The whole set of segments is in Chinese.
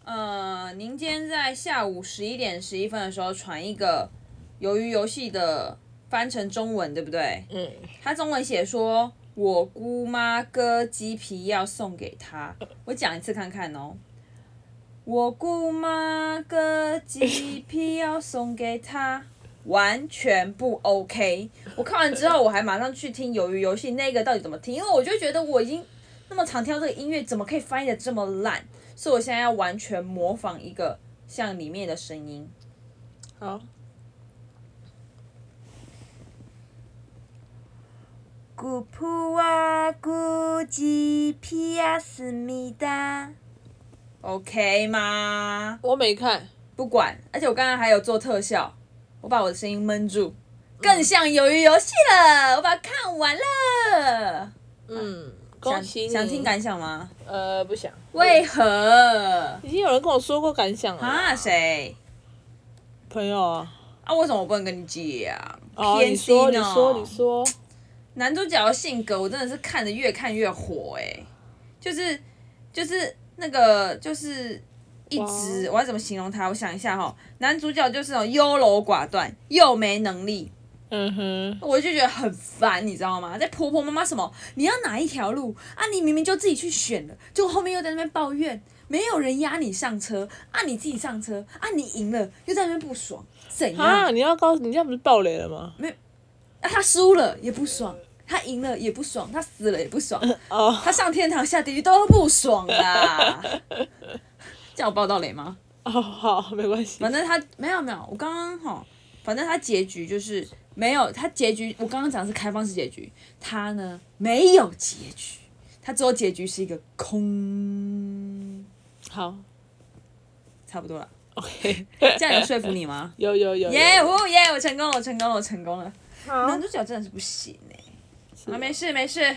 您今天在下午11点11分的时候传一个鱿鱼游戏的翻成中文，对不对？他中文写说我姑妈割鸡皮要送给他，我讲一次看看哦。我姑妈割鸡皮要送给他，完全不 OK。我看完之后，我还马上去听鱿鱼游戏那个到底怎么听，因为我就觉得我已经那么常听到这个音乐，怎么可以翻译的这么烂？所以我现在要完全模仿一个像里面的声音。 好。 古普哇古吉皮亚思密达 ，OK 吗？ 我没看， 不管，而且我刚刚还有做特效，我把我的声音闷住，更像鱿鱼游戏了。我把它看完了。 恭喜你。 想听感想吗？ 不想。 为何？ 已经有人跟我说过感想了。 啊，谁？ 朋友啊。 为什么我不能跟你讲？ 偏心哦。你说。 男主角的性格，我真的是看得越看越火就是那个就是一直，我要怎么形容他？我想一下男主角就是那种优柔寡断，又没能力。我就觉得很烦，你知道吗？在婆婆妈妈什么，你要哪一条路啊？你明明就自己去选了，结果后面又在那边抱怨，没有人压你上车啊，你自己上车啊，你赢了又在那边不爽，怎样？ 啊！你要告诉你这样不是爆雷了吗？ 没有，他输了也不爽。他赢了也不爽，他死了也不爽，他上天堂下地狱都不爽啦。这样我爆到雷吗？ 好，没关系。 反正他没有，我刚刚反正他结局就是没有，他结局我刚刚讲的是开放式结局，他呢没有结局，他最后结局是一个空。 好， 差不多了。 OK， 这样有说服你吗？ 有。 耶！我成功了。男主角真的是不行没事。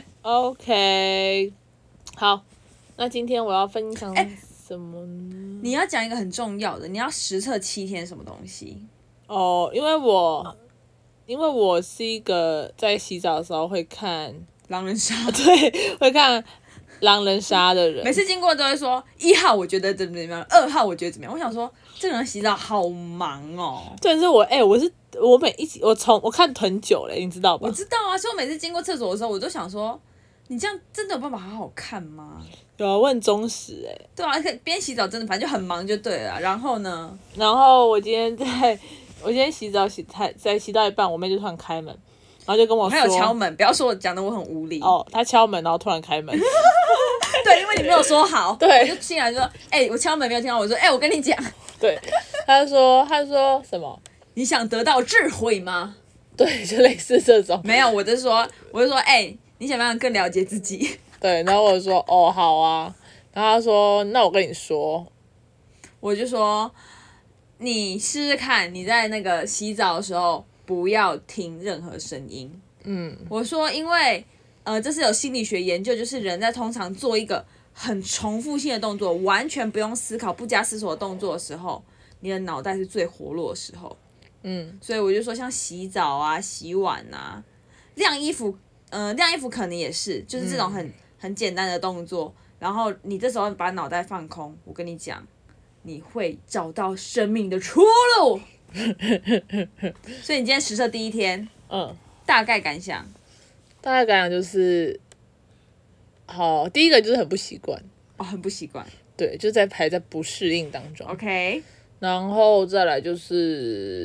OK， 好，那今天我要分享什么呢？ 你要讲一个很重要的，你要实测7天什么东西？ 因为我是一个在洗澡的时候会看狼人杀， 对，会看狼人杀的人。 每次经过都会说1号我觉得怎么样，2号我觉得怎么样。我想说这个人洗澡好忙哦。 真的是我我看很久了，你知道吧？ 我知道啊，所以我每次经过厕所的时候，我都想说，你这样真的有办法好好看吗？ 有啊，我很忠实对啊，边洗澡真的反正就很忙就对了。然后呢？ 然后我今天洗澡洗到一半，我妹就突然开门，然后就跟我说， 还有敲门，不要说我讲的我很无理。 她敲门，然后突然开门。 对，因为你没有说好。 对， 我就进来就说，我敲门没有听到，我说，我跟你讲。 对，他说什么？ 你想得到智慧吗？ 对，就类似这种。 没有，我就说，你想不想更了解自己？ 对，然后我就说，好啊。然后他说，那我跟你说， 我就说，你试试看，你在那个洗澡的时候不要听任何声音。我说，因为这是有心理学研究，就是人在通常做一个很重复性的动作，完全不用思考、不加思索的动作的时候，你的脑袋是最活络的时候。所以我就说，像洗澡啊、洗碗啊、晾衣服，晾衣服可能也是，就是这种很简单的动作。然后你这时候把脑袋放空，我跟你讲，你会找到生命的出路。所以你今天实测第1天，大概感想？ 大概感想就是，好，第一个就是很不习惯。 很不习惯。 对，就还在不适应当中。 OK。 然后再来就是。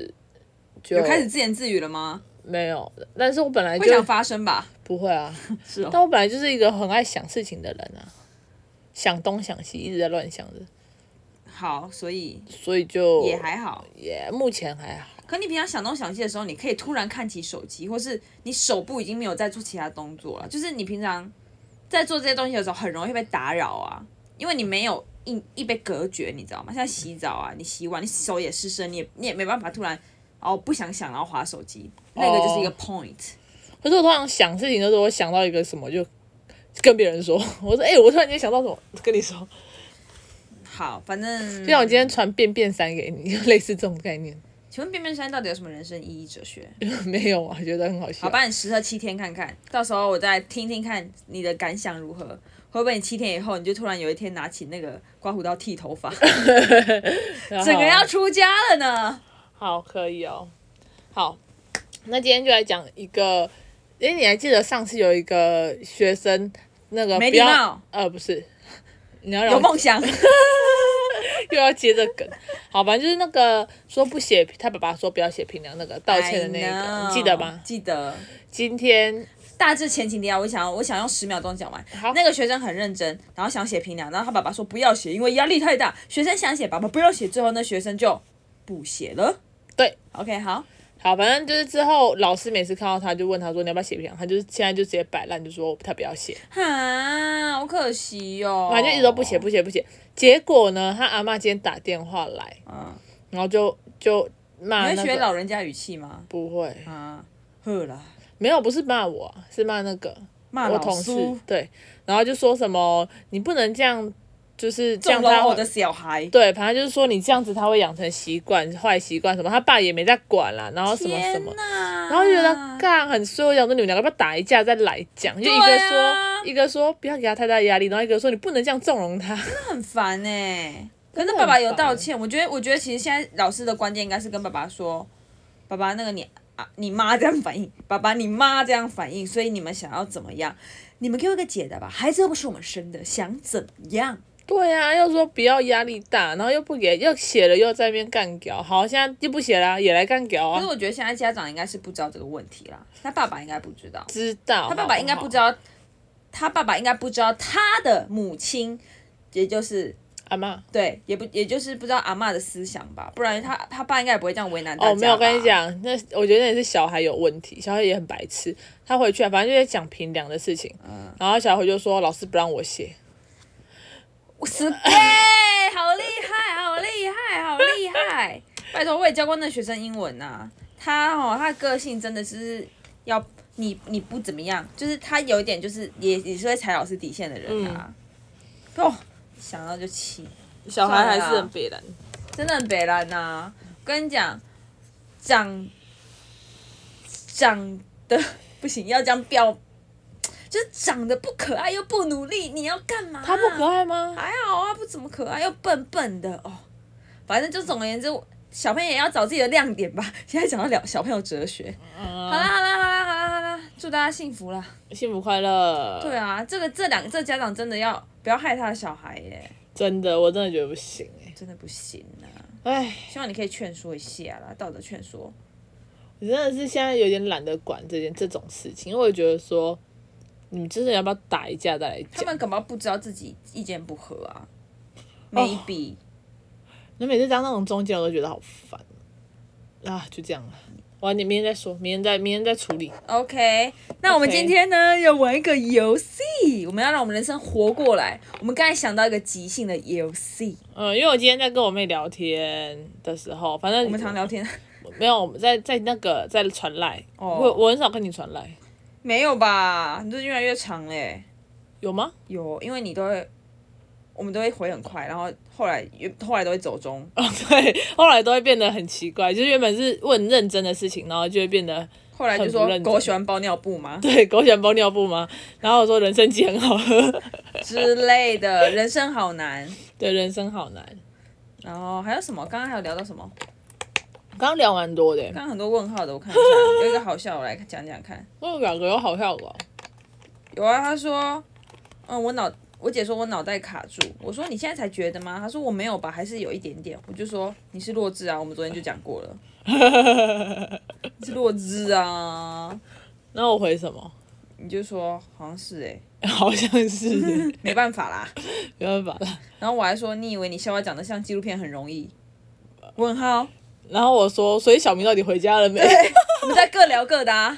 有开始自言自语了吗？ 没有，但是我本来就会想发声吧？ 不会啊， 是哦。 但我本来就是一个很爱想事情的人啊，想东想西，一直在乱想着。 好，所以就也还好， 目前还好。 可你平常想东想西的时候，你可以突然看起手机，或是你手部已经没有在做其他动作了，就是你平常在做这些东西的时候，很容易被打扰啊，因为你没有一被隔绝，你知道吗？像洗澡啊，你洗碗，你手也湿湿，你也没办法突然。不想想，然后滑手机，那个就是一个 point。 可是我通常想事情的时候，我想到一个什么就跟别人说，我说我突然间想到什么，跟你说。 好，反正就像我今天传便便3给你，就类似这种概念。 请问变变山到底有什么人生意义哲学？ 没有啊，觉得很好笑。 好，帮你实测7天看看，到时候我再听听看你的感想如何。会不会你7天以后，你就突然有一天拿起那个刮胡刀剃头发，整个要出家了呢？ 好，可以哦。好，那今天就来讲一个，你还记得上次有一个学生那个没礼貌， 不是，你要有梦想。 又要接着梗，好吧，就是那个说不写，他爸爸说不要写评量那个道歉的那个，你记得吗？ 记得。 今天大致前情提要，我想用10秒钟讲完。那个学生很认真，然后想写评量，然后他爸爸说不要写，因为压力太大。学生想写，爸爸不要写，最后那学生就不写了。 对 ，OK， 好， 反正就是之后老师每次看到他就问他说你要不要写评量，他就是现在就直接摆烂，就说他不要写。 哈，好可惜哦。 他就一直都不写。结果呢，他阿嬷今天打电话来，然后就骂你会学老人家语气吗？ 不会啊，呵啦。 没有，不是骂我，是骂那个我同事。对，然后就说什么你不能这样，就是这样他的小孩。 对，反正就是说你这样子他会养成习惯坏习惯什么，他爸也没在管啦，然后什么什么，然后就觉得干很衰，我想说你们两个要不要打一架再来讲？就一个说不要给他太大压力，然后一个说你不能这样纵容他， 真的很烦可是爸爸有道歉，我觉得其实现在老师的关键应该是跟爸爸说，爸爸那个你妈这样反应，爸爸你妈这样反应，所以你们想要怎么样？你们给我一个解答吧，孩子又不是我们生的，想怎样？ 对啊，又说不要压力大，然后又不给，又写了又在那边干屌，好，现在又不写啦，也来干屌啊。 可是我觉得现在家长应该是不知道这个问题啦，他爸爸应该不知道， 他爸爸应该不知道，他爸爸应该不知道他的母亲，也就是阿嬷， 对，也就是不知道阿嬷的思想吧，不然他爸应该也不会这样为难大家吧。 没有，我跟你讲，我觉得那也是小孩有问题，小孩也很白痴，他回去反正就在讲评量的事情，然后小孩就说老师不让我写。 我是 gay， 好厉害！拜托，我也教过那学生英文啊。他的个性真的是要你不怎么样，就是他有一点就是也是会踩老师底线的人啊。想到就气。 小孩还是很北蓝， 真的很北蓝呐！我跟你讲，长得不行，要这样标。就是长得不可爱又不努力，你要干嘛？ 他不可爱吗？ 还好啊，不怎么可爱，又笨笨的哦。反正就总而言之，小朋友也要找自己的亮点吧。现在讲到小朋友哲学，好啦，祝大家幸福啦， 幸福快乐。 对啊，这家长真的不要害他的小孩耶。 真的，我真的觉得不行真的不行啊。 唉， 希望你可以劝说一下啦，道德劝说。 我真的是现在有点懒得管这种事情，因为我觉得说。你们真的要不要打一架再来讲？ 他们根本不知道自己意见不合啊 ，maybe。 你每次当那种中间，我都觉得好烦啊！就这样了，你明天再说，明天再处理。 OK， 那我们今天呢要玩一个游戏，我们要让我们人生活过来。我们刚才想到一个即兴的游戏。 因为我今天在跟我妹聊天的时候，反正我们常聊天。 没有，我们在传赖。我很少跟你传赖。 没有吧？你这越来越长嘞。 有吗？ 有，因为我们都会回很快，然后后来都会走中。 对，后来都会变得很奇怪，就是原本是问认真的事情，然后就会变得后来就说狗喜欢包尿布吗？ 对，狗喜欢包尿布吗？然后我说人参鸡很好喝之类的，人生好难。 对，人生好难。 然后还有什么？刚刚还有聊到什么？ 刚刚聊蛮多的， 刚刚很多问号的，我看一下，有一个好笑，我来讲讲看。 有两个有好笑的。 有啊，他说，我姐说我脑袋卡住，我说你现在才觉得吗？他说我没有吧，还是有一点点。我就说你是弱智啊，我们昨天就讲过了，你是弱智啊。 那我回什么？ 你就说好像是好像是没办法啦， 没办法啦。 然后我还说你以为你笑话讲得像纪录片很容易？问号。 然后我说，所以小明到底回家了没？ 对，我们在各聊各的啊。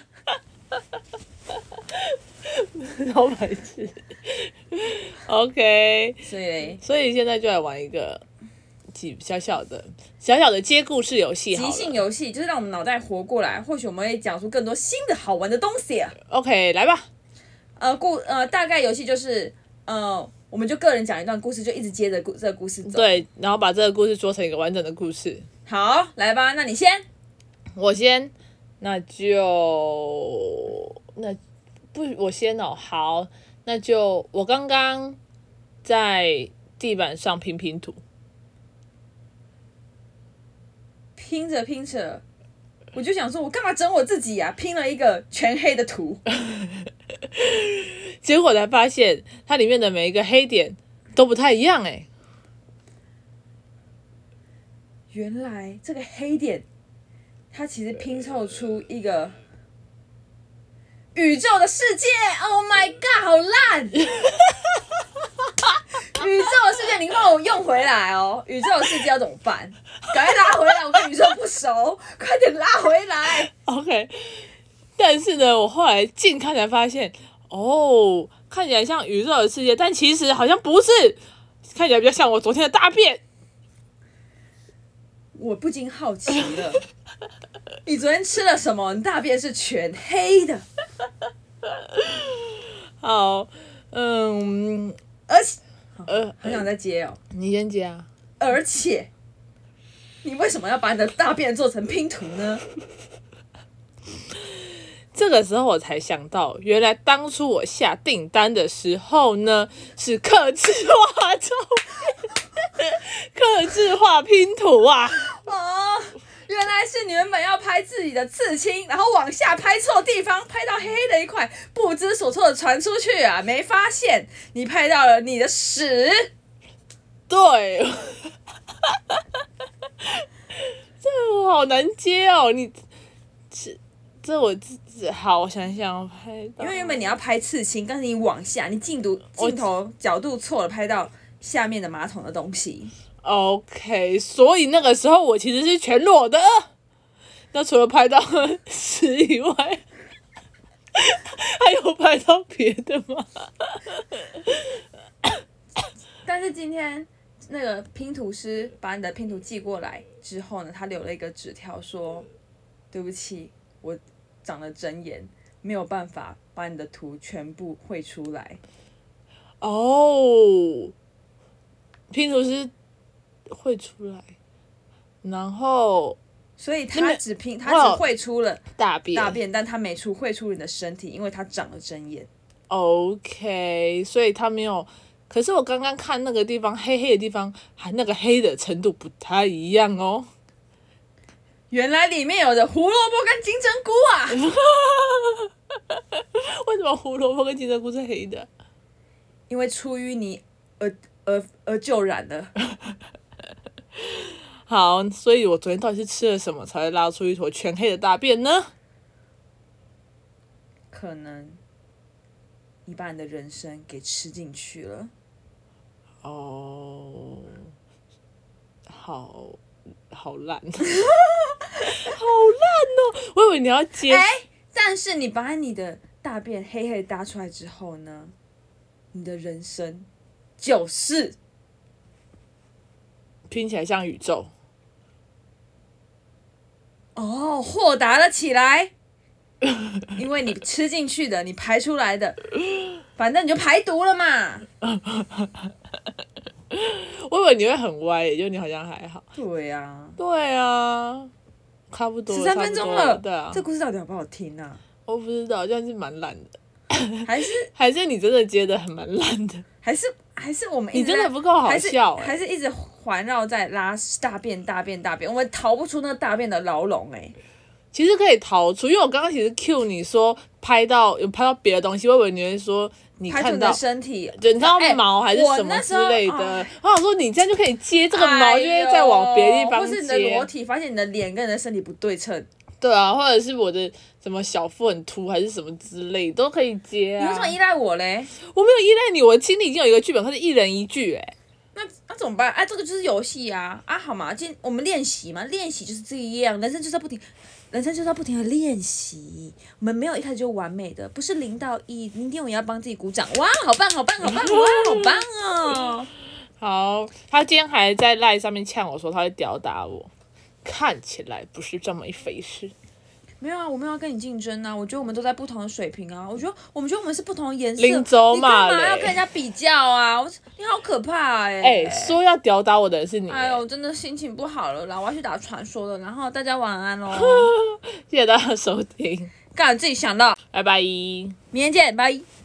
超白痴。OK。 所以现在就来玩一个小小的接故事游戏， 即兴游戏，就是让我们脑袋活过来，或许我们会讲出更多新的好玩的东西。 OK， 来吧。 大概游戏就是我们就个人讲一段故事，就一直接着这个故事走。 对，然后把这个故事说成一个完整的故事。 好，来吧，那你先。 我先，我先哦。好，那就我刚刚在地板上拼图， 拼着，我就想说，我干嘛整我自己啊？拼了一个全黑的图， 结果才发现它里面的每一个黑点都不太一样哎。 原来这个黑点，它其实拼凑出一个宇宙的世界。Oh my god， 好烂！宇宙的世界，你帮我用回来哦！宇宙的世界要怎么办？赶快拉回来！我跟宇宙不熟，快点拉回来。 OK， 但是呢，我后来近看才发现，哦，看起来像宇宙的世界，但其实好像不是，看起来比较像我昨天的大便。 我不禁好奇了，你昨天吃了什么？你大便是全黑的。 好， 而且，很想再接哦。 你先接啊。 而且，你为什么要把你的大便做成拼图呢？ 这个时候我才想到，原来当初我下订单的时候呢，是客制化照片，客制化拼图啊。 哦，原来是你原本要拍自己的刺青，然后往下拍错地方，拍到黑黑的一块，不知所措的传出去啊，没发现你拍到了你的屎。 对，这个好难接哦，这我自己好，我想想拍到， 因为原本你要拍刺青，但是你往下，你镜头角度错了，拍到下面的马桶的东西。 OK， 所以那个时候我其实是全裸的。那除了拍到屎以外，还有拍到别的吗？ 但是今天那个拼图师把你的拼图寄过来之后呢，他留了一个纸条说：“对不起，我长了针眼，没有办法把你的图全部绘出来。” 哦，拼图师绘出来，然后所以他只绘出了大便，但他没绘出你的身体，因为他长了针眼。 OK， 所以他没有。可是我刚刚看那个地方黑黑的地方，还那个黑的程度不太一样哦。 原来里面有着胡萝卜跟金针菇啊！ 为什么胡萝卜跟金针菇是黑的？ 因为出淤泥而就染了。 好，所以我昨天到底是吃了什么才会拉出一坨全黑的大便呢？ 可能你把你的人生给吃进去了。 哦，好烂，好烂哦！我以为你要接， 但是你把你的大便黑黑搭出来之后呢，你的人生就是听起来像宇宙。 哦，豁达了起来，因为你吃进去的，你排出来的，反正你就排毒了嘛。 我以为你会很歪，就你好像还好。 对啊， 对啊，差不多 13分钟了。 对啊， 这故事到底好不好听啊？ 我不知道，这样是蛮烂的。 还是你真的接的很蛮烂的？ 还是我们你真的不够好笑还是一直环绕在拉大便，我们逃不出那个大便的牢笼其实可以逃出，因为我刚刚其实 cue 你说有拍到别的东西，我以为你会说你看到你的身体， 对，你看到毛还是什么之类的。我想说你这样就可以接这个毛，就会再往别的地方接。 或是你的裸体，发现你的脸跟你的身体不对称。 对啊，或者是我的什么小腹很凸还是什么之类都可以接啊。 你为什么依赖我嘞？ 我没有依赖你，我心里已经有一个剧本，它是一人一句那怎么办？这个就是游戏啊！好嘛，今天我们练习嘛，练习就是这样，人生就是要不停的练习。我们没有一开始就完美的，不是0到1，明天我也要帮自己鼓掌。哇，好棒，好棒，好棒，哇，好棒哦！ 好，他今天还在 LINE 上面呛我说他会吊打我，看起来不是这么一回事。 没有啊，我们要跟你竞争啊！我觉得我们都在不同的水平啊！我觉得我们是不同的颜色， 林州嘛你干嘛要跟人家比较啊？你好可怕说要吊打我的人是你。 哎呦，真的心情不好了啦！我要去打传说了，然后大家晚安喽。 谢谢大家收听， 干自己想到， 拜拜， 明天见，拜。